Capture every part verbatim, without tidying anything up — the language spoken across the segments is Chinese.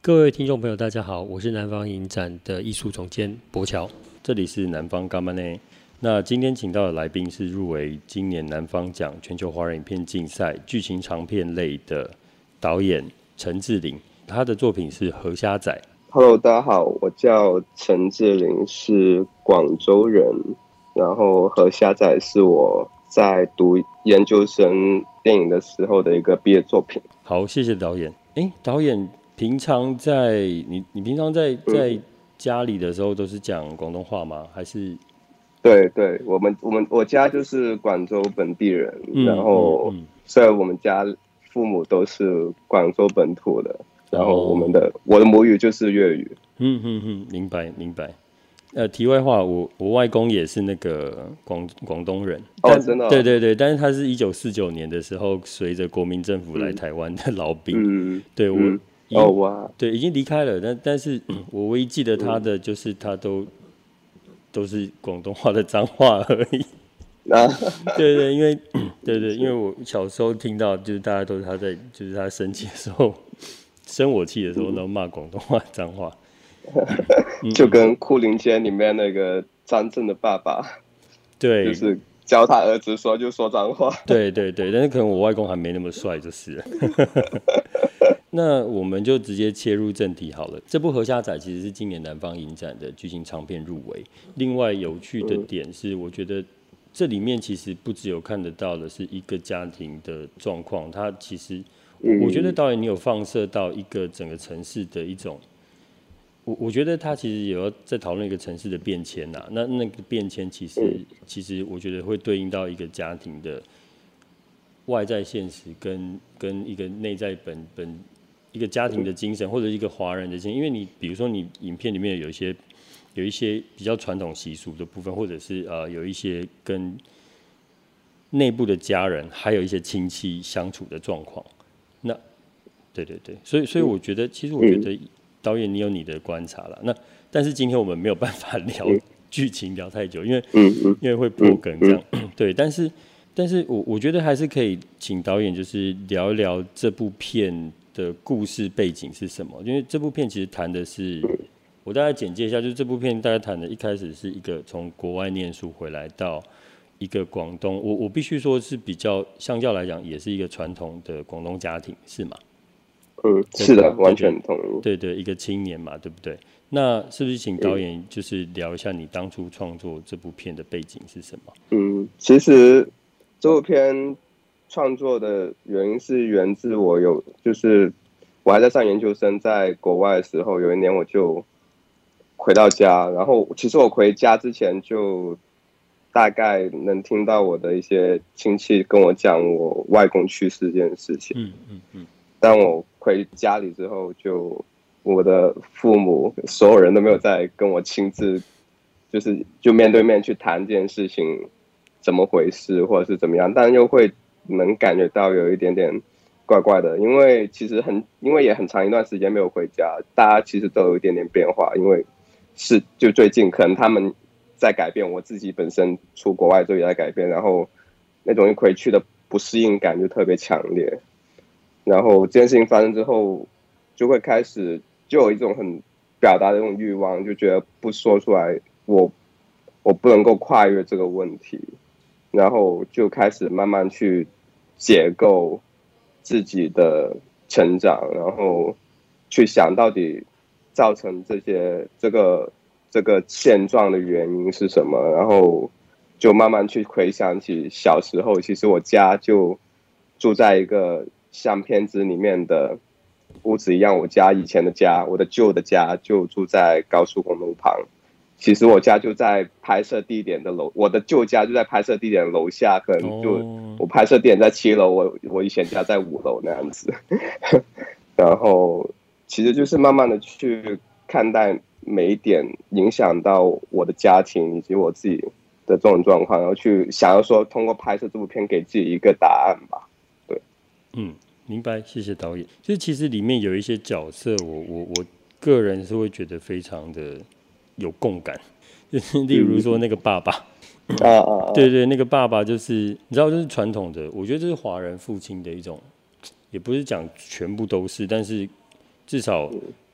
各位听众朋友，大家好，我是南方影展的艺术总监柏乔， 这里是南方干嘛呢？那今天请到的来宾是入围今年南方奖全球华人影片竞赛剧情长片类的导演陈志霖，他的作品是《河虾仔》。 Hello， 大家好，我叫陈志霖，是广州人，然后河虾仔是我在读研究生电影的时候的一个毕业作品。 好，谢谢导演。哎，导演平常在你你平常在在家里的时候都是讲广东话吗？还是？ 对对，我们我们我家就是广州本地人，嗯、然后、嗯嗯、所以我们家父母都是广州本土的，然后我们的、哦、我的母语就是粤语。 嗯嗯嗯，明白明白。呃，题外话，我我外公也是那个广广东人。 哦，真的、哦。 对对对，但是他是一九四九年的时候，随着国民政府来台湾的老兵。 嗯， 对我。 嗯哦哇， 对，已经离开了，但但是我唯一记得他的就是他都、嗯、都是广东话的脏话而已。啊，对对，因为对对，因为我小时候听到就是大家都是他在就是他生气的时候、生我气的时候都骂广东话脏话， 就跟《牯岭街》里面那个张震的爸爸， 对， 就是教他儿子说就说脏话。 对对对，但是可能我外公还没那么帅，就是了。那我们就直接切入正题好了。这部《河虾仔》其实是今年南方影展的剧情长片入围。另外有趣的点是，我觉得这里面其实不只有看得到的是一个家庭的状况，它其实我觉得导演你有放射到一个整个城市的一种，我我觉得他其实也要在讨论一个城市的变迁呐。那那个变迁其实其实我觉得会对应到一个家庭的外在现实跟跟一个内在本本。一个家庭的精神，或者一个华人的精神，因为你比如说你影片里面有一些有一些比较传统习俗的部分，或者是呃有一些跟内部的家人还有一些亲戚相处的状况，那对对对，所以所以我觉得，其实我觉得导演你有你的观察啦。那但是今天我们没有办法聊剧情聊太久，因为因为会破梗这样，对，但是但是我我觉得还是可以请导演就是聊一聊这部片的故事背景是什么？因为这部片其实谈的是，我大概简介一下，就是这部片大概谈的一开始是一个从国外念书回来到一个广东，我我必须说是比较相较来讲，也是一个传统的广东家庭，是吗？ 嗯，是的，完全同意。 对对，一个青年嘛，对不对？那是不是请导演就是聊一下你当初创作这部片的背景是什么？ 嗯，其实这部片创作的原因是源自我有，就是我还在上研究生，在国外的时候，有一年我就回到家，然后其实我回家之前就大概能听到我的一些亲戚跟我讲我外公去世这件事情。嗯嗯嗯。当我回家里之后，就我的父母所有人都没有再跟我亲自，就是就面对面去谈这件事情怎么回事或者是怎么样，但又会能感觉到有一点点怪怪的，因为其实很，因为也很长一段时间没有回家，大家其实都有一点点变化，因为是就最近可能他们在改变，我自己本身出国外之后也在改变，然后那种一回去的不适应感就特别强烈，然后这件事情发生之后，就会开始就有一种很表达的那种欲望，就觉得不说出来，我我不能够跨越这个问题，然后就开始慢慢去解构自己的成长，然后去想到底造成这些这个这个现状的原因是什么，然后就慢慢去回想起小时候，其实我家就住在一个像片子里面的屋子一样，我家以前的家，我的旧的家就住在高速公路旁。其实我家就在拍摄地点的楼，我的旧家就在拍摄地点的楼下，可能就我拍摄地点在七楼，我我以前家在五楼那样子。然后其实就是慢慢的去看待每一点影响到我的家庭以及我自己的这种状况，然后去想要说通过拍摄这部片给自己一个答案吧。对， 嗯，明白，谢谢导演。就是其实里面有一些角色，我我我个人是会觉得非常的有共感，就是例如说那个爸爸，啊啊，对对，那个爸爸就是你知道，就是传统的，我觉得这是华人父亲的一种，也不是讲全部都是，但是至少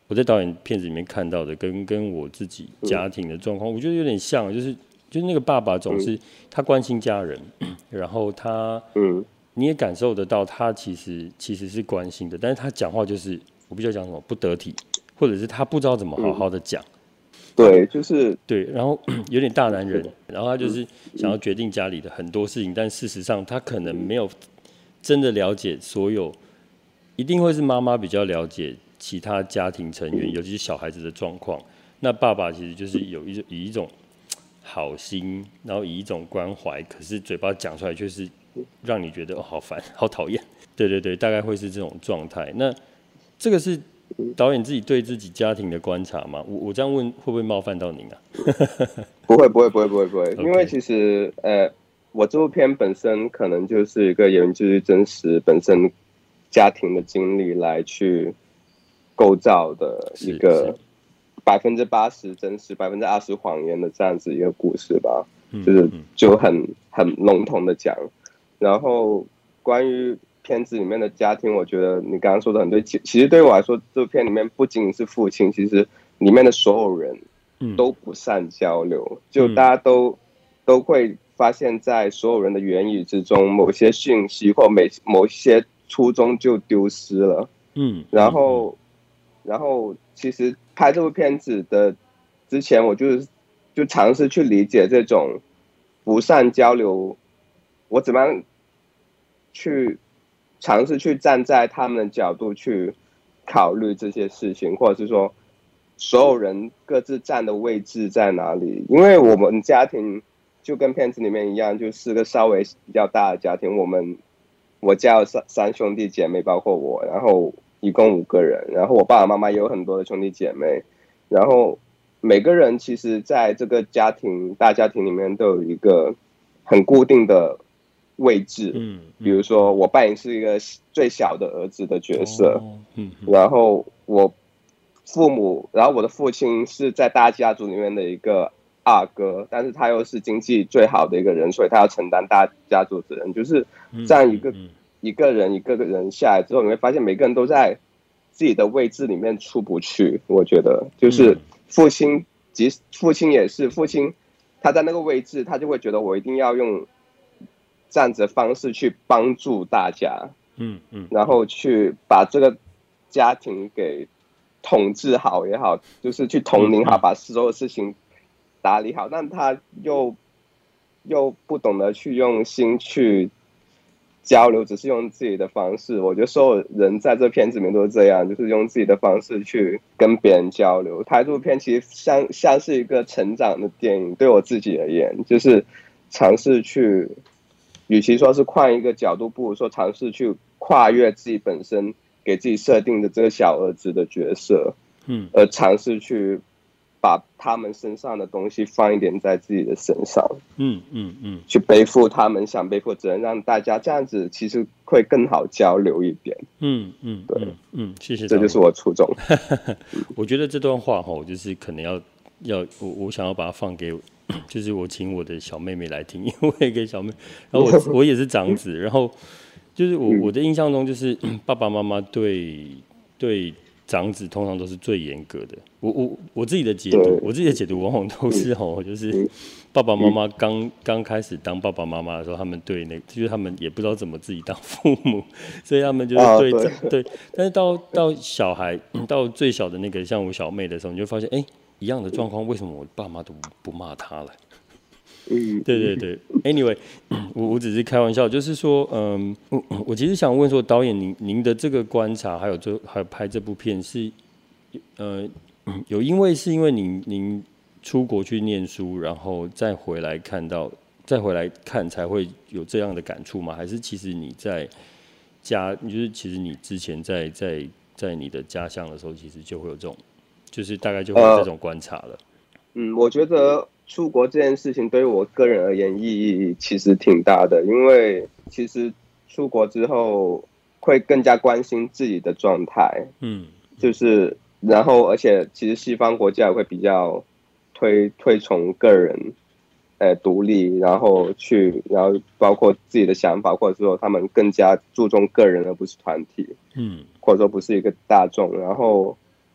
我在导演片子里面看到的跟跟我自己家庭的状况，我觉得有点像，就是就是那个爸爸总是他关心家人，然后他嗯。你也感受得到，他其实其实是关心的，但是他讲话就是我必须要讲什么不得体，或者是他不知道怎么好好的讲、 嗯。对，就是对，然后有点大男人，然后他就是想要决定家里的很多事情，但事实上他可能没有真的了解所有，一定会是妈妈比较了解其他家庭成员，尤其是小孩子的状况。那爸爸其实就是有一以一种好心，然后以一种关怀，可是嘴巴讲出来却是。让你觉得哦好烦好讨厌，对对对，大概会是这种状态。那这个是导演自己对自己家庭的观察吗？我我这样问会不会冒犯到您啊？ 不会不会不会不会不会， okay. 因为其实呃，我这部片本身可能就是一个源自于真实本身家庭的经历来去构造的一个百分之八十真实百分之二十谎言的这样子一个故事吧，嗯、就是就很很笼统的讲。然后关于片子里面的家庭，我觉得你刚刚说的很对。其其实对我来说，这部片里面不仅仅是父亲，其实里面的所有人都不善交流，嗯、就大家都、嗯、都会发现，在所有人的言语之中，某些讯息或每某些初衷就丢失了。嗯，然后，然后其实拍这部片子的之前，我就是就尝试去理解这种不善交流。我怎么样去尝试去站在他们的角度去考虑这些事情，或者是说所有人各自站的位置在哪里？因为我们家庭就跟片子里面一样，就是个稍微比较大的家庭。我们我家有三三兄弟姐妹，包括我，然后一共五个人。然后我爸爸妈妈也有很多的兄弟姐妹，然后每个人其实在这个家庭大家庭里面都有一个很固定的位置，嗯，比如说我扮演是一个最小的儿子的角色，哦嗯、然后我父母，然后我的父亲是在大家族里面的一个二哥，但是他又是经济最好的一个人，所以他要承担大家族责任。就是这样一个、嗯嗯、一个人一个人下来之后，你会发现每个人都在自己的位置里面出不去。我觉得就是父亲，即父亲也是父亲，他在那个位置，他就会觉得我一定要用这样子的方式去帮助大家，嗯嗯，然后去把这个家庭给统治好也好，就是去统领好，把所有事情打理好，但他又又不懂得去用心去交流，只是用自己的方式。我觉得所有人在这片子里面都是这样，就是用自己的方式去跟别人交流。拍这部片其实像像是一个成长的电影，对我自己而言，就是尝试去。与其说是换一个角度，不如说尝试去跨越自己本身给自己设定的这个小儿子的角色，嗯，而尝试去把他们身上的东西放一点在自己的身上，嗯嗯嗯，去背负他们想背负责任，让大家这样子其实会更好交流一点，嗯嗯，对，嗯, 嗯，谢谢，这就是我初衷。 我觉得这段话哈，就是可能要要我我想要把它放给。就是我请我的小妹妹来听，因为我也给小妹，然后我我也是长子，然后就是我我的印象中就是爸爸妈妈对对长子通常都是最严格的。我我我自己的解读，我自己的解读往往都是吼，就是爸爸妈妈刚刚开始当爸爸妈妈的时候，他们对那就是他们也不知道怎么自己当父母，所以他们就是对、哦、对, 对，但是到到小孩到最小的那个像我小妹的时候，你就发现哎。欸一样的状况，为什么我爸妈都不骂他了？嗯，对对对。Anyway， 我我只是开玩笑，就是说，嗯，我我其实想问说，导演您您的这个观察，还有这还有拍这部片是，呃，有因为是因为您您出国去念书，然后再回来看到，再回来看才会有这样的感触吗？还是其实你在家，就是其实你之前在在在你的家乡的时候，其实就会有这种。就是大概就会有这种观察了、呃。 嗯，我觉得出国这件事情对于我个人而言意义其实挺大的，因为其实出国之后会更加关心自己的状态。嗯，就是然后而且其实西方国家也会比较推推崇个人，呃，独立，然后去然后包括自己的想法，或者说他们更加注重个人而不是团体。嗯，或者说不是一个大众，然后。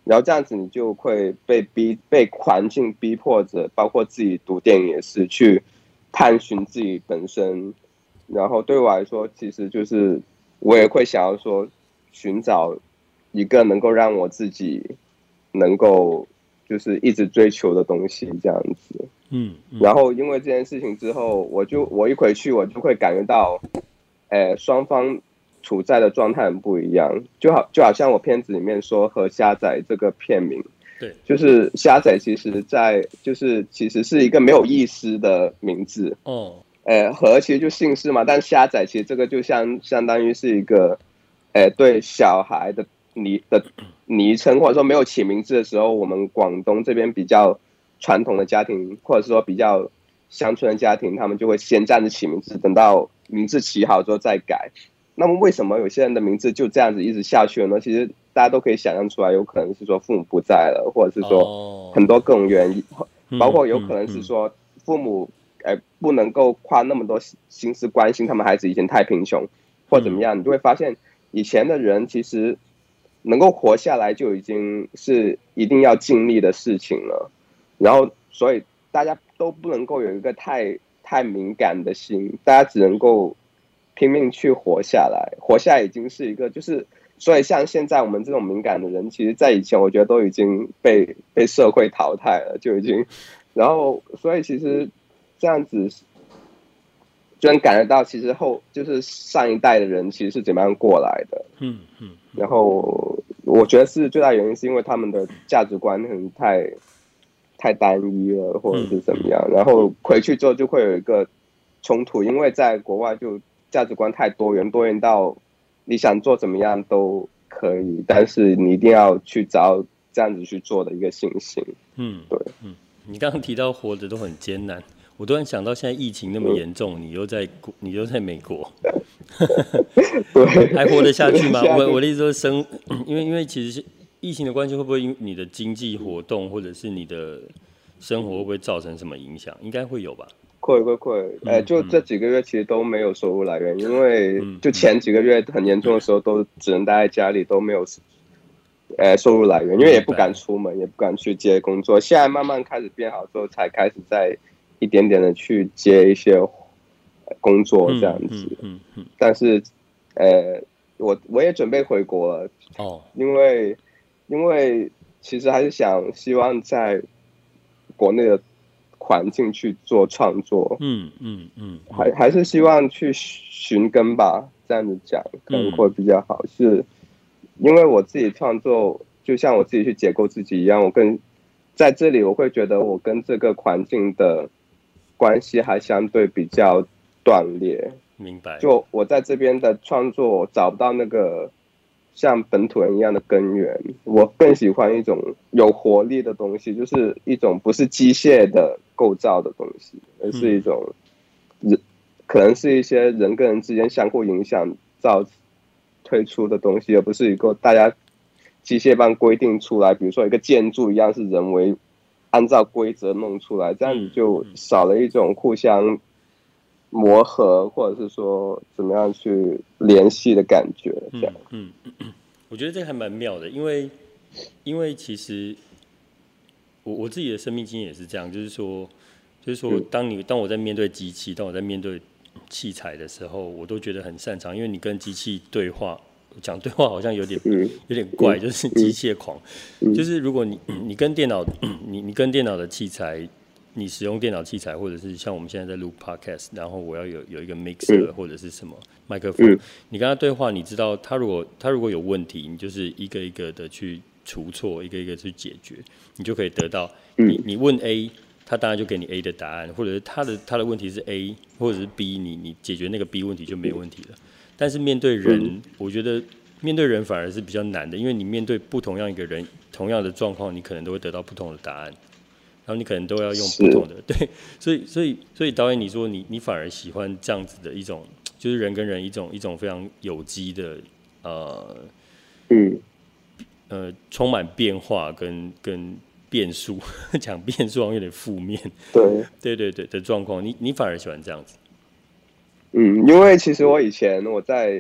然后这样子你就会被逼被环境逼迫着，包括自己读电影也是去探寻自己本身。然后对我来说，其实就是我也会想要说寻找一个能够让我自己能够就是一直追求的东西这样子。 嗯，嗯然后因为这件事情之后，我就我一回去我就会感觉到，呃，双方处在的状态很不一样，就好就好像我片子里面说和虾仔这个片名， 对， 就是虾仔其实在就是其实是一个没有意思的名字哦， 呃，和其实就姓氏嘛，但虾仔其实这个就相相当于是一个，呃，对小孩的昵的昵称，或者说没有起名字的时候，我们广东这边比较传统的家庭，或者是说比较乡村的家庭，他们就会先这样子起名字，等到名字起好之后再改。那么为什么有些人的名字就这样子一直下去了呢？其实大家都可以想象出来，有可能是说父母不在了，或者是说很多各种原因，包括有可能是说父母呃不能够花那么多心思关心他们孩子，以前太贫穷或怎么样，你就会发现以前的人其实能够活下来就已经是一定要尽力的事情了。然后所以大家都不能够有一个太太敏感的心，大家只能够拼命去活下来，活下来已经是一个就是，所以像现在我们这种敏感的人，其实在以前我觉得都已经被被社会淘汰了，就已经，然后所以其实这样子就能感觉到，其实后就是上一代的人其实是怎么样过来的， 嗯嗯， 然后我觉得是最大原因是因为他们的价值观很太太单一了，或者是怎么样，然后回去之后就会有一个冲突，因为在国外就价值观太多元，多元到你想做怎么样都可以，但是你一定要去找这样子去做的一个信心。 嗯， 对， 嗯，你刚刚提到活着都很艰难，我突然想到现在疫情那么严重，嗯、你又在你又在美国， 对， 还活得下去吗？我我的意思说生，因为因为其实疫情的关系，会不会因你的经济活动或者是你的生活会不会造成什么影响？应该会有吧。 会会会，哎，就这几个月其实都没有收入来源，因为就前几个月很严重的时候，都只能待在家里，都没有，呃，收入来源，因为也不敢出门，也不敢去接工作。现在慢慢开始变好之后，才开始在一点点的去接一些工作这样子。嗯嗯嗯。但是，呃，我我也准备回国了哦，因为因为其实还是想希望在国内的环境去做创作，嗯嗯嗯，还还是希望去寻根吧，这样子讲可能会比较好。是因为我自己创作，就像我自己去解构自己一样，我跟在这里我会觉得我跟这个环境的关系还相对比较断裂。 明白。 就我在这边的创作找不到那个像本土人一样的根源，我更喜欢一种有活力的东西，就是一种不是机械的构造的东西，而是一种人，可能是一些人跟人之间相互影响造推出的东西，而不是一个大家机械般规定出来，比如说一个建筑一样是人为按照规则弄出来，这样子就少了一种互相磨合，或者是说怎么样去联系的感觉，这样。 嗯嗯嗯，我觉得这还蛮妙的，因为因为其实我我自己的生命经验也是这样，就是说就是说，当你当我在面对机器，当我在面对器材的时候，我都觉得很擅长，因为你跟机器对话，讲对话好像有点有点怪，就是机械狂，就是如果你你跟电脑，你你跟电脑的器材。你使用电脑器材，或者是像我们现在在录 podcast， 然后我要有有一个 mixer 或者是什么麦克风，你跟他对话，你知道他如果他如果有问题，你就是一个一个的去除错，一个一个去解决，你就可以得到你你问 A， 他当然就给你 A 的答案，或者是他的他的问题是 A 或者是 B， 你你解决那个 B 问题就没问题了。但是面对人，我觉得面对人反而是比较难的，因为你面对不同样一个人，同样的状况，你可能都会得到不同的答案。然后你可能都要用不同的，对，所以所以所以导演，你说你你反而喜欢这样子的一种，就是人跟人一种一种非常有机的，呃，嗯，呃，充满变化跟跟变数，讲变数好像有点负面， 对， 对对对的状况，你你反而喜欢这样子， 嗯，因为其实我以前我在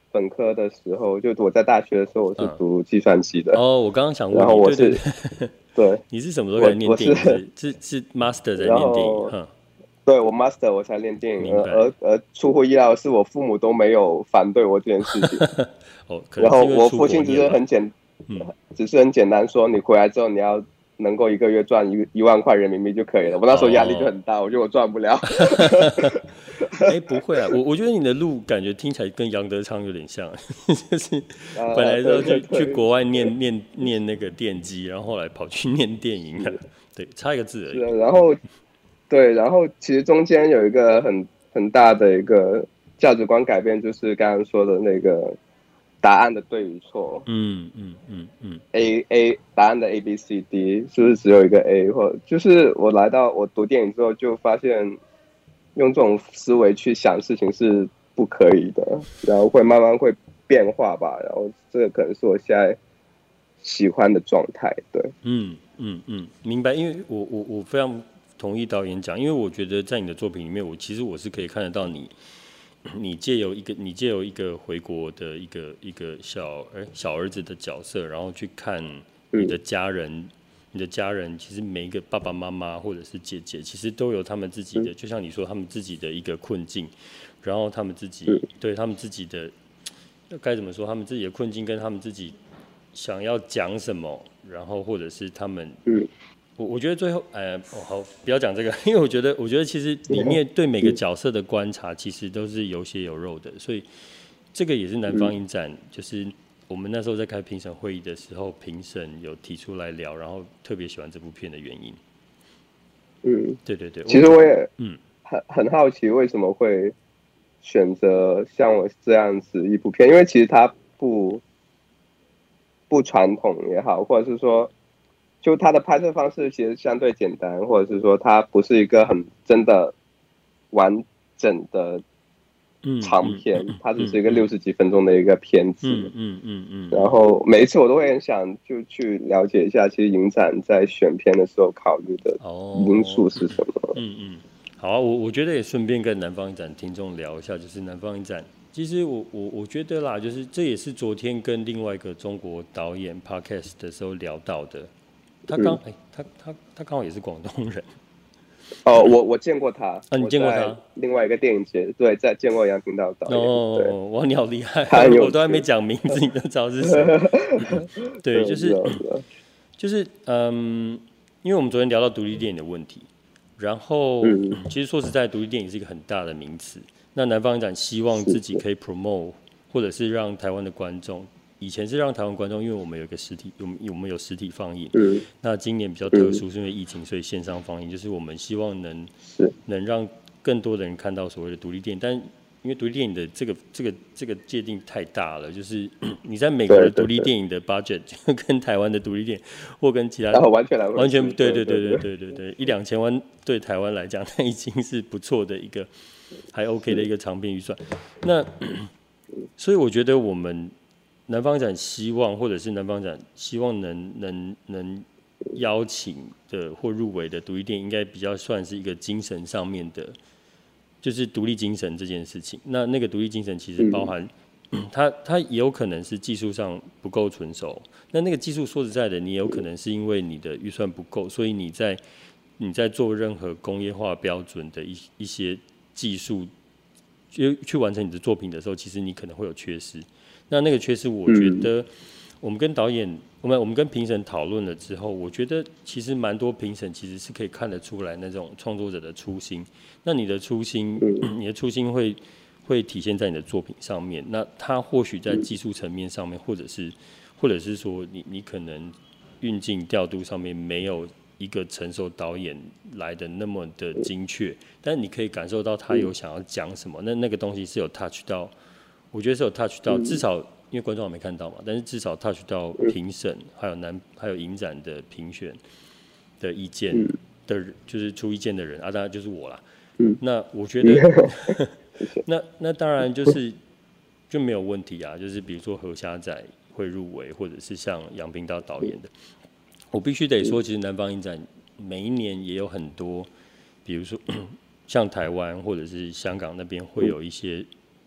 本科的时候，就我在大学的时候，我是读计算机的。 嗯、哦，我刚刚想问你， 然后我是对对对， 对你是什么时候开始念电影？是是是 master 在念电影，哈。 对，我 master 我才练电影，而而而出乎意料的是，我父母都没有反对我这件事情。 哦， 然后我父亲只是很简， 嗯， 只是很简单说，你回来之后你要能够一个月赚一一万块人民币就可以了。我那时候压力就很大，哦、我觉得我赚不了。 哎、欸，不会啊，我我觉得你的路感觉听起来跟杨德昌有点像，就是本来说去、呃、去国外念念念那个电机，然后后来跑去念电影了，对，差一个字而已。 是，然后。对，然后其实中间有一个很很大的一个价值观改变，就是刚刚说的那个答案的对与错。 嗯嗯嗯嗯 A A 答案的 A B C D 是不是只有一个 A？ 或就是我来到我读电影之后，就发现用这种思维去想事情是不可以的，然后会慢慢会变化吧。然后这个可能是我现在喜欢的状态。对， 嗯嗯嗯，明白。因为我我我非常同意导演讲，因为我觉得在你的作品里面，我其实我是可以看得到你，你借由一个你借由一个回国的一个一个小哎小儿子的角色，然后去看你的家人，嗯、你的家人其实每一个爸爸妈妈或者是姐姐，其实都有他们自己的，嗯、就像你说他们自己的一个困境，然后他们自己、嗯、对他们自己的该怎么说，他们自己的困境跟他们自己想要讲什么，然后或者是他们。嗯我我觉得最后，呃，哦好，不要讲这个，因为我觉得，我觉得其实里面对每个角色的观察，其实都是有血有肉的，所以这个也是南方影展，就是我们那时候在开评审会议的时候，评审有提出来聊，然后特别喜欢这部片的原因。嗯，对对对。 其实我也嗯很很好奇，为什么会选择像我这样子一部片，因为其实它不不传统也好，或者是说。就它的拍摄方式其实相对简单，或者是说它不是一个很真的完整的长片，嗯嗯、它只是一个六十几分钟的一个片子。嗯嗯嗯嗯。然后每一次我都会很想就去了解一下，其实影展在选片的时候考虑的因素是什么。哦、 嗯嗯，好啊，我我觉得也顺便跟南方影展听众聊一下，就是南方影展。其实我我我觉得啦，就是这也是昨天跟另外一个中国导演 podcast 的时候聊到的。他刚哎、嗯欸，他他他刚好也是广东人。 哦，我我见过他。 啊，你见过他？ 另外一个电影节，对，在见过杨平道导演。 哦，哇，你好厉害！我都还没讲名字，你都知道是谁。对，就是就是嗯，因为我们昨天聊到独立电影的问题，然后、嗯、其实说实在，独立电影是一个很大的名词。那南方影展希望自己可以 promote， 或者是让台湾的观众。以前是让台湾观众，因为我们有一个实体，我们我们有实体放映。嗯。那今年比较特殊，是因为疫情，所以线上放映，就是我们希望能能让更多的人看到所谓的独立电影。但因为独立电影的这个这个这个界定太大了，就是你在美国的独立电影的 budget 就跟台湾的独立电影或跟其他然后完全来完全对对对对对对对一两千万对台湾来讲，那已经是不错的一个还 OK 的一个长片预算。那所以我觉得我们。南方展希望，或者是南方展希望能能能邀请的或入围的独立电影，应该比较算是一个精神上面的，就是独立精神这件事情。那那个独立精神其实包含，嗯、它它也有可能是技术上不够纯熟。那那个技术说实在的，你也有可能是因为你的预算不够，所以你在你在做任何工业化标准的一一些技术，去去完成你的作品的时候，其实你可能会有缺失。那那个缺失，我觉得我们跟导演，我们我们跟评审讨论了之后，我觉得其实蛮多评审其实是可以看得出来那种创作者的初心。那你的初心，你的初心会会体现在你的作品上面。那他或许在技术层面上面，或者是或者是说你你可能运镜调度上面没有一个成熟导演来的那么的精确，但你可以感受到他有想要讲什么。那那个东西是有 touch 到。我觉得是有 touch 到，至少因为观众还没看到嘛，但是至少 touch 到评审还有南还有影展的评选的意见的，就是出意见的人啊，当然就是我啦。那我觉得，那那当然就是就没有问题啊，就是比如说何虾仔会入围，或者是像杨平道导演的，我必须得说，其实南方影展每一年也有很多，比如说像台湾或者是香港那边会有一些。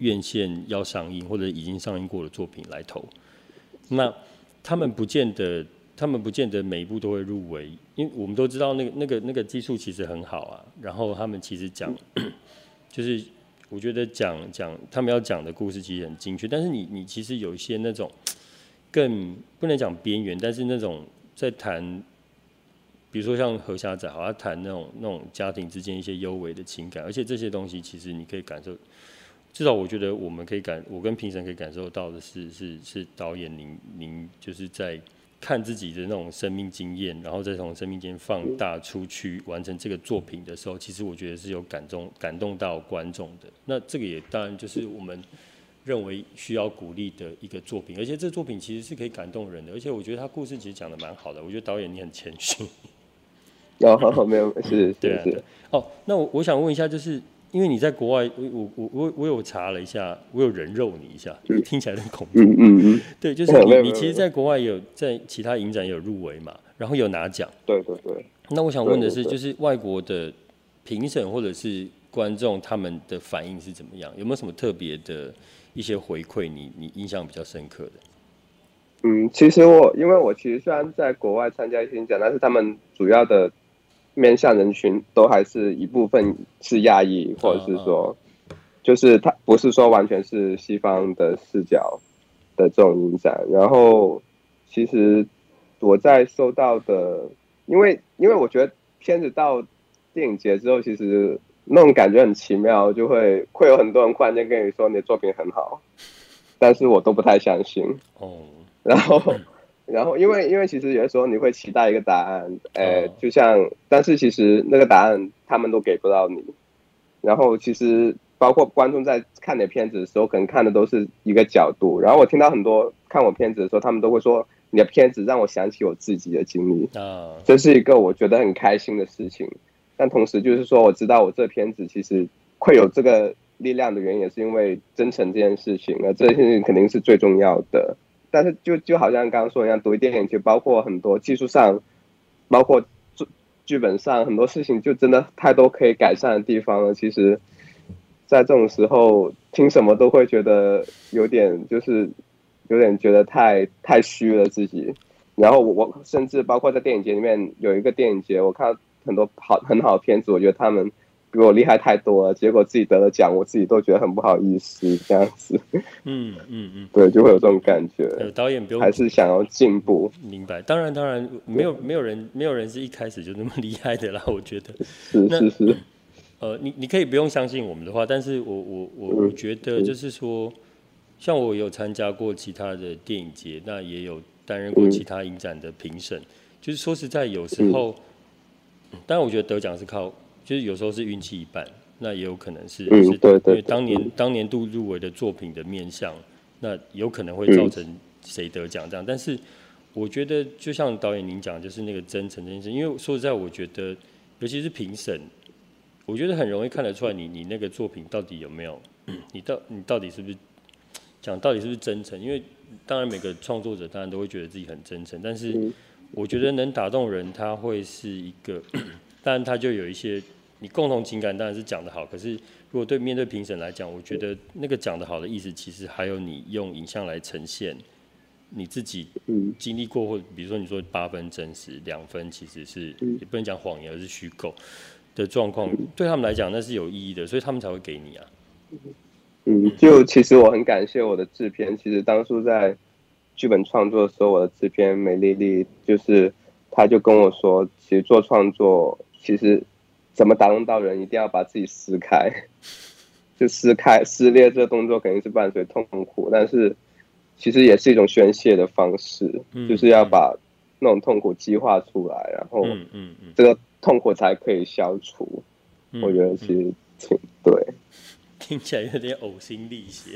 院线要上映或者已经上映过的作品来投。那他们不见得，他们不见得每一部都会入围，因为我们都知道那个那个那个技术其实很好啊。然后他们其实讲，就是我觉得讲讲他们要讲的故事其实很精确，但是你你其实有一些那种更不能讲边缘，但是那种在谈。比如说像何侠仔，好，他谈那种那种家庭之间一些幽微的情感，而且这些东西其实你可以感受，至少我觉得我们可以感，我跟评审可以感受到的是，是是导演您您就是在看自己的那种生命经验，然后再从生命经验放大出去完成这个作品的时候，其实我觉得是有感动感动到观众的。那这个也当然就是我们认为需要鼓励的一个作品，而且这作品其实是可以感动人的，而且我觉得他故事其实讲的蛮好的，我觉得导演你很谦虚。 哦，没有，是对啊， 是是。 哦，那我我想问一下，就是因为你在国外，我我我我有查了一下，我有人肉你一下，嗯、听起来很恐怖。 嗯嗯嗯。 对，就是你你其实，在国外有在其他影展有入围嘛，然后有拿奖。 对对对。 那我想问的是，就是外国的评审或者是观众他们的反应是怎么样？有没有什么特别的一些回馈你你印象比较深刻的？ 嗯，其实我因为我其实虽然在国外参加一些影展，但是他们主要的面向人群都还是一部分是亚裔，或者是说，就是他不是说完全是西方的视角的这种影展。然后，其实我在收到的，因为因为我觉得片子到电影节之后，其实那种感觉很奇妙，就会会有很多人忽然间跟你说你的作品很好，但是我都不太相信。哦。然后，然后，因为因为其实有的时候你会期待一个答案，呃，就像，但是其实那个答案他们都给不到你。然后，其实包括观众在看你的片子的时候，可能看的都是一个角度。然后我听到很多看我片子的时候，他们都会说你的片子让我想起我自己的经历，这是一个我觉得很开心的事情。但同时就是说，我知道我这片子其实会有这个力量的原因，也是因为真诚这件事情，那这件事情肯定是最重要的。但是就就好像刚刚说一样，读电影就包括很多技术上，包括剧本上很多事情，就真的太多可以改善的地方了。其实，在这种时候听什么都会觉得有点就是有点觉得太太虚了自己。然后我我甚至包括在电影节里面有一个电影节，我看到很多好很好的片子，我觉得他们比我厉害太多了，结果自己得了奖，我自己都觉得很不好意思，这样子。嗯嗯嗯，对，就会有这种感觉。 导演不用， 还是想要进步。 明白，当然当然，没有没有人没有人是一开始就那么厉害的啦，我觉得。 是是是。 呃，你你可以不用相信我们的话，但是我我我我觉得就是说，像我有参加过其他的电影节，那也有担任过其他影展的评审，就是说实在有时候，当然我觉得得奖是靠。就是有时候是运气一半，那也有可能是， 嗯，对对， 因为当年当年度入围的作品的面向，那有可能会造成谁得奖这样。但是我觉得，就像导演您讲，就是那个真诚这件事，因为说实在，我觉得，尤其是评审，我觉得很容易看得出来你，你你那个作品到底有没有，你到你到底是不是讲到底是不是真诚？因为当然每个创作者当然都会觉得自己很真诚，但是我觉得能打动人，他会是一个。当然，他就有一些你共同情感，当然是讲得好。可是，如果对面对评审来讲，我觉得那个讲得好的意思，其实还有你用影像来呈现你自己经历过，或者比如说你说八分真实，两分其实是也不能讲谎言，而是虚构的状况，对他们来讲那是有意义的，所以他们才会给你啊。 嗯，就其实我很感谢我的制片，其实当初在剧本创作的时候，我的制片梅丽丽就是他就跟我说，其实做创作。其实，怎么打动到人，一定要把自己撕开。就撕开、撕裂这个动作肯定是伴随痛苦，但是其实也是一种宣泄的方式，嗯、就是要把那种痛苦激化出来，然后这个痛苦才可以消除。嗯、我觉得其实挺对。 听起来有点呕心沥血。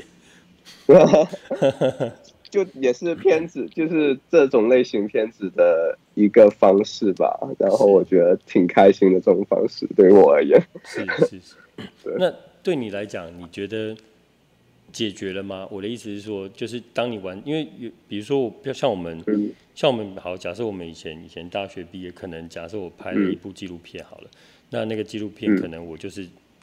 就也是片子，就是这种类型片子的一个方式吧。然后我觉得挺开心的这种方式，对于我而言。 是是是。那对你来讲，你觉得解决了吗？我的意思是说，就是当你玩，因为比如说我，像我们，嗯、像我们好，假设我们以前以前大学毕业，可能假设我拍了一部纪录片好了，嗯、那那个纪录片可能我就是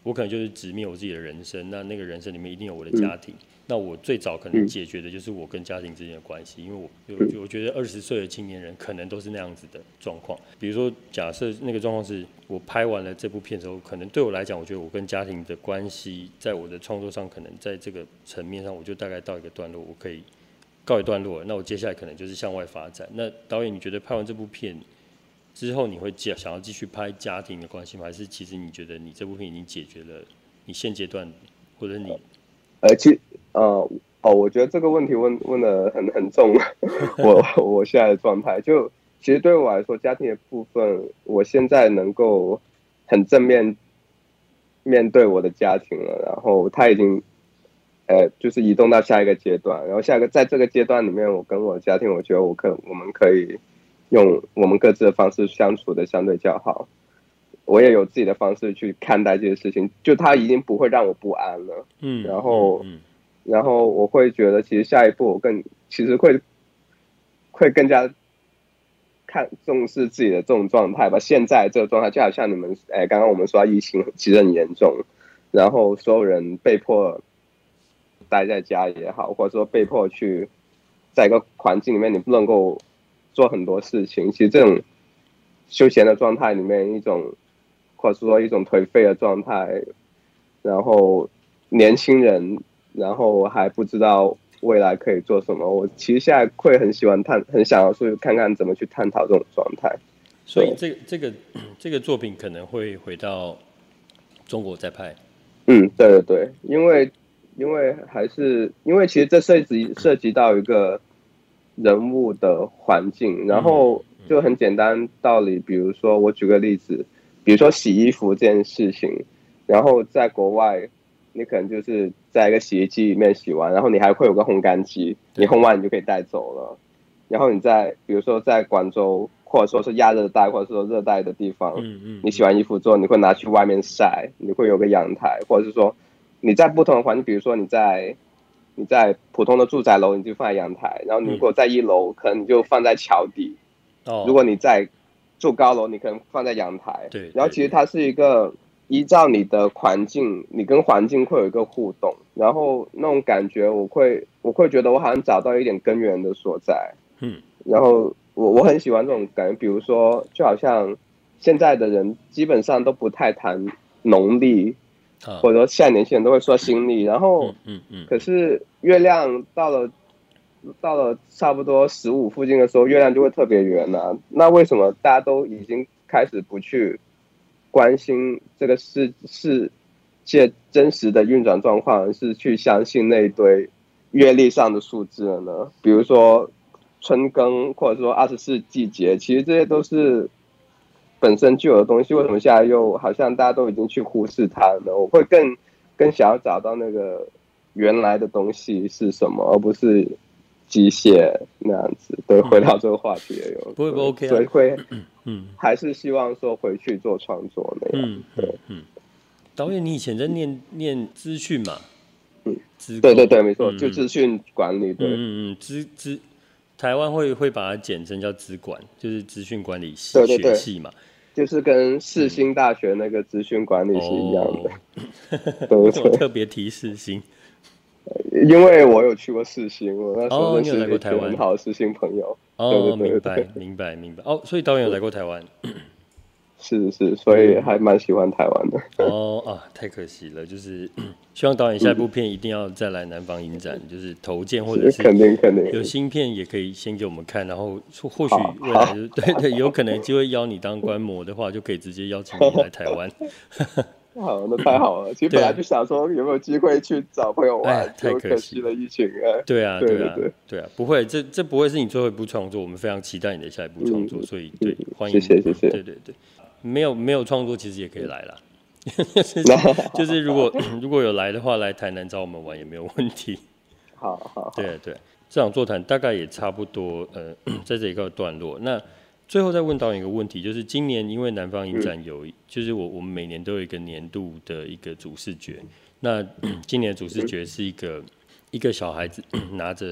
我可能就是直面我自己的人生，那那个人生里面一定有我的家庭。嗯、那我最早可能解决的就是我跟家庭之间的关系，因为我我我觉得二十岁的青年人可能都是那样子的状况。比如说，假设那个状况是我拍完了这部片之后，可能对我来讲，我觉得我跟家庭的关系，在我的创作上，可能在这个层面上，我就大概到一个段落，我可以告一段落了。那我接下来可能就是向外发展。那导演，你觉得拍完这部片之后，你会想要继续拍家庭的关系吗？还是其实你觉得你这部片已经解决了你现阶段，或者你？ 呃，其呃哦，我觉得这个问题问问的很很重。我我现在的状态，就其实对我来说，家庭的部分，我现在能够很正面面对我的家庭了，然后他已经呃就是移动到下一个阶段，然后下一个在这个阶段里面，我跟我的家庭，我觉得我可我们可以用我们各自的方式相处的相对较好。我也有自己的方式去看待这些事情，就他已经不会让我不安了。嗯，然后，嗯、然后我会觉得，其实下一步我更其实会会更加看重视自己的这种状态吧。现在这个状态就好像你们哎，刚刚我们说疫情其实很严重，然后所有人被迫待在家也好，或者说被迫去在一个环境里面，你不能够做很多事情。其实这种休闲的状态里面，一种或者说一种颓废的状态，然后年轻人，然后还不知道未来可以做什么。我其实现在会很喜欢探，很想要去看看怎么去探讨这种状态。 所以这个这个这个作品可能会回到中国再拍。 嗯，对对对，因为因为还是因为其实这涉及涉及到一个人物的环境，然后就很简单道理，比如说我举个例子。比如说洗衣服这件事情，然后在国外，你可能就是在一个洗衣机里面洗完，然后你还会有个烘干机，你烘完你就可以带走了。然后你在比如说在广州，或者说是亚热带，或者说热带的地方，嗯嗯，你洗完衣服之后，你会拿去外面晒，你会有个阳台，或者是说你在不同的环境，比如说你在你在普通的住宅楼，你就放在阳台，然后你如果在一楼，可能你就放在桥底。哦，如果你在住高楼，你可能放在阳台。 对， 然后其实它是一个依照你的环境，你跟环境会有一个互动，然后那种感觉，我会我会觉得我好像找到一点根源的所在。嗯，然后我我很喜欢这种感觉，比如说，就好像现在的人基本上都不太谈农历，啊、或者说现在年轻人都会说新历，然后嗯嗯嗯，可是月亮到了。到了差不多十五附近的时候，月亮就会特别圆啊。那为什么大家都已经开始不去关心这个世世界真实的运转状况，是去相信那一堆月历上的数字了呢？比如说春耕，或者说二十四季节，其实这些都是本身就有的东西，为什么现在又好像大家都已经去忽视它了呢？我会更更想要找到那个原来的东西是什么，而不是机械那样子。对，回到这个话题也有， 不会不 OK 啊， 所以会，嗯，还是希望说回去做创作那样。嗯，对， 嗯。导演，你以前在念念资讯嘛？ 嗯，对对对，没错，嗯、就资讯管理。对， 嗯嗯，资资，台湾会会把它简称叫资管，就是资讯管理系学系嘛。 就是跟世新大学那个资讯管理是一样的。 嗯、对对，特别提世新。 因为我有去过世新，我那时候认识一个很好的世新朋友。 哦， 对对对明白明白明白。哦，所以导演有来过台湾。 是是，所以还蛮喜欢台湾的。 哦啊，太可惜了，就是希望导演下一部片一定要再来南方影展，就是投件或者是肯定肯定有新片也可以先给我们看，然后或许未来就对对，有可能机会邀你当观摩的话，就可以直接邀请你来台湾。 好，那太好了。其实本来就想说有没有机会去找朋友玩， 太可惜了疫情。哎， 对啊， 对啊，对啊，不会，这这不会是你最后一部创作，我们非常期待你的下一部创作，所以对，欢迎， 谢谢谢谢， 对对对。没有没有创作，其实也可以来啦。就是如果如果有来的话，来台南找我们玩也没有问题。 好好， 对对，这场座谈大概也差不多，呃，在这一个段落。那最后再问导演一个问题，就是今年因为南方影展有，嗯、就是我我们每年都有一个年度的一个主视觉。那今年的主视觉是一个一个小孩子拿着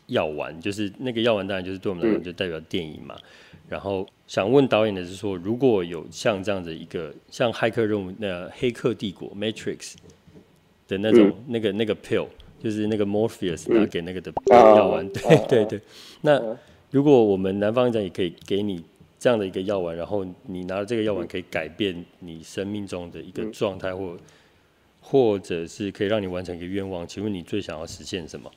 药丸，就是那个药丸当然就是对我们来讲就代表电影嘛。嗯、然后想问导演的是说，如果有像这样的一个像骇客任务那黑客帝国 Matrix 的那种、嗯、那个那个 pill， 就是那个 Morpheus 拿给那个的药丸，嗯、对对对。那如果我们南方影展也可以给你这样的一个药丸，然后你拿了这个药丸可以改变你生命中的一个状态，或或者是可以让你完成一个愿望，请问你最想要实现什么？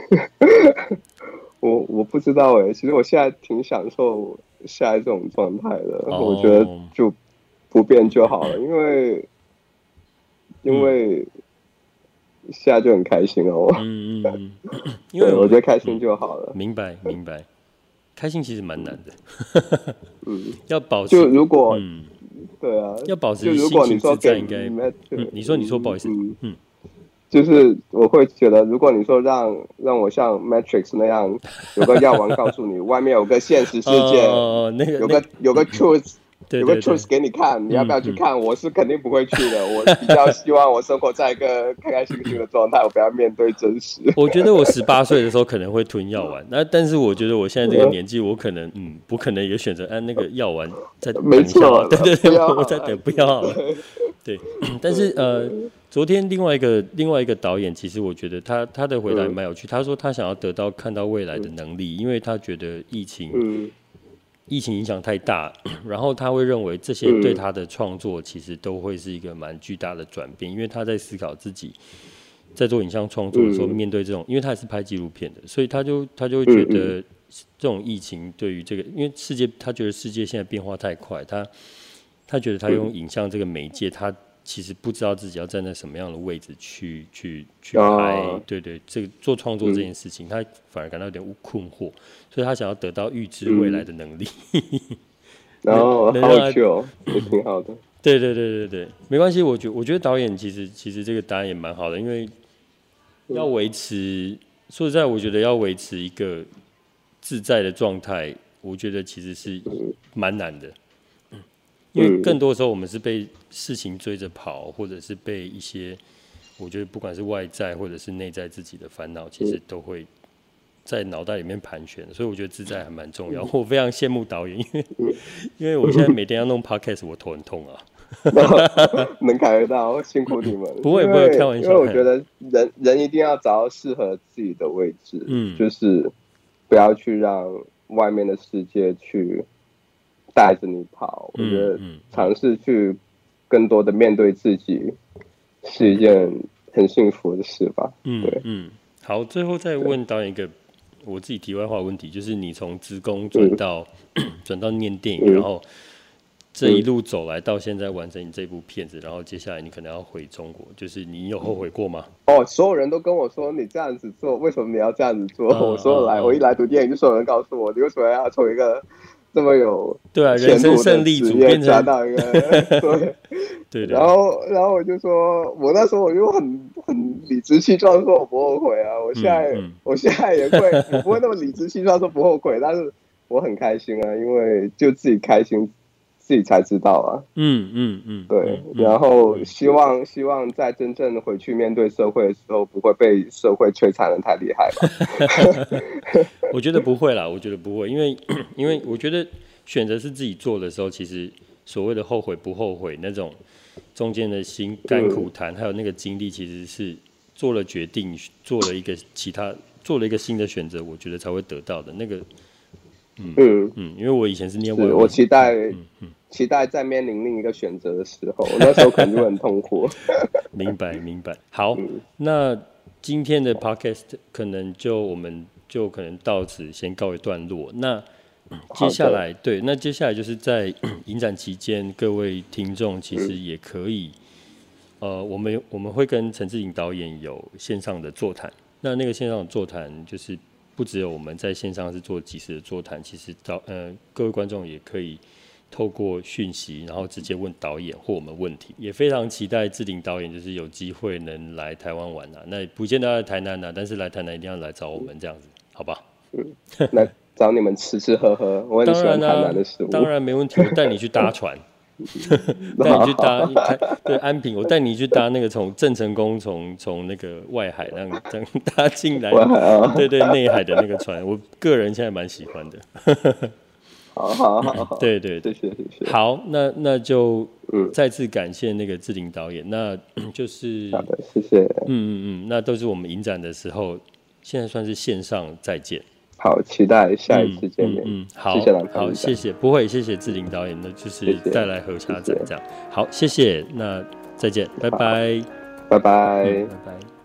我我不知道哎，其实我现在挺享受现在这种状态的，哦、我觉得就不变就好了，因为因为现在就很开心哦。嗯嗯嗯，因为我觉得开心就好了。 嗯、明白明白，开心其实蛮难的。嗯，要保持就如果嗯。 对啊， 要保持心情自在，应该。嗯，你说，你说，不好意思，嗯嗯， 就是我会觉得，如果你说让让我像 Matrix 那样有个药丸告诉你，外面有个现实世界， 哦，那个有个有个 truth， 有个 truth 给你看，你要不要去看？我是肯定不会去的，我比较希望我生活在一个开开心心的状态，我不要面对真实。 我觉得我十八岁的时候可能会吞药丸，那但是我觉得我现在这个年纪，我可能嗯，我可能也选择按那个药丸再等一下，对对对，我再等不要好了。对，但是呃，昨天另外一个另外一个导演，其实我觉得他他的回答也蛮有趣。他说他想要得到看到未来的能力，因为他觉得疫情、嗯、疫情影响太大，然后他会认为这些对他的创作其实都会是一个蛮巨大的转变，因为他在思考自己在做影像创作的时候，面对这种，因为他也是拍纪录片的，所以他就他就会觉得这种疫情对于这个，因为世界他觉得世界现在变化太快，他。他觉得他用影像这个媒介，他其实不知道自己要站在什么样的位置去去去拍，哦、对对，这个做创作这件事情，嗯、他反而感到有点困惑，所以他想要得到预知未来的能力。 然后好有趣哦，也挺好的。 对对对对对，没关系，我觉我觉得导演其实其实这个答案也蛮好的，因为要维持，说实在，我觉得要维持一个自在的状态，我觉得其实是蛮难的。因为更多时候我们是被事情追着跑，或者是被一些，我觉得不管是外在或者是内在自己的烦恼，其实都会在脑袋里面盘旋，所以我觉得自在还蛮重要。我非常羡慕导演，因为因为我现在每天要弄 podcast， 我头很痛啊。 能感觉到，辛苦你们。 不会不会，开玩笑。 因为我觉得人人一定要找到适合自己的位置，嗯，就是不要去让外面的世界去带着你跑。我觉得尝试去更多的面对自己，是一件很幸福的事吧。 嗯， 对， 嗯。好，最后再问导演一个我自己题外话的问题，就是你从职工转到转、嗯、到念电影，嗯、然后这一路走来到现在完成你这部片子，然后接下来你可能要回中国，就是你有后悔过吗？ 哦，所有人都跟我说你这样子做，为什么你要这样子做？哦、我说来，哦、我一来读电影，就所有人告诉我，你为什么要从一个这么有对啊人生胜利组变成到一个对对对， 然后然后我就说，我那时候我就很很理直气壮说我不后悔啊，我现在、嗯嗯、我现在也会，我不会那么理直气壮说不后悔，但是我很开心啊，因为就自己开心。自己才知道啊， 嗯嗯嗯， 对，嗯、然后希望、嗯、希望在真正回去面对社会的时候，不会被社会摧残得太厉害吧？ 我觉得不会啦，我觉得不会，因为因为我觉得选择是自己做的时候，其实所谓的后悔不后悔那种中间的辛甘苦谈，嗯、还有那个经历，其实是做了决定，做了一个其他，做了一个新的选择，我觉得才会得到的那个。嗯嗯嗯，因为我以前是念外文， 我期待，嗯嗯、期待在面临另一个选择的时候，那时候可能就很痛苦。 明白明白。好，嗯、那今天的 podcast 可能就我们就可能到此先告一段落。那接下来对，那接下来就是在影展期间，各位听众其实也可以，嗯、呃，我们我们会跟陈志颖导演有线上的座谈。那那个线上的座谈就是。不只有我们在线上是做即时的座谈，其实导呃各位观众也可以透过讯息，然后直接问导演或我们问题。也非常期待志鼎导演就是有机会能来台湾玩啊，那不见得要来台南啊，但是来台南一定要来找我们这样子，好吧？ 嗯，来找你们吃吃喝喝，我很喜欢台南的食物。 当然没问题，我带你去搭船。 带你去搭对安平，我带你去搭那个从郑成功从从那个外海那样这样搭进来，对对内海的那个船，我个人现在蛮喜欢的。 好好好好， 对对对， 谢谢谢谢。 好，那那就嗯再次感谢那个志玲导演，那就是好的，谢谢。 嗯嗯嗯，那都是我们影展的时候，现在算是线上再见。 好，期待下一次见面。 嗯，嗯嗯好， 谢谢蓝好，谢谢，不会，谢谢志玲导演，那就是带来河虾展这样。好，谢谢，那再见，拜拜， 拜拜， 嗯，拜拜。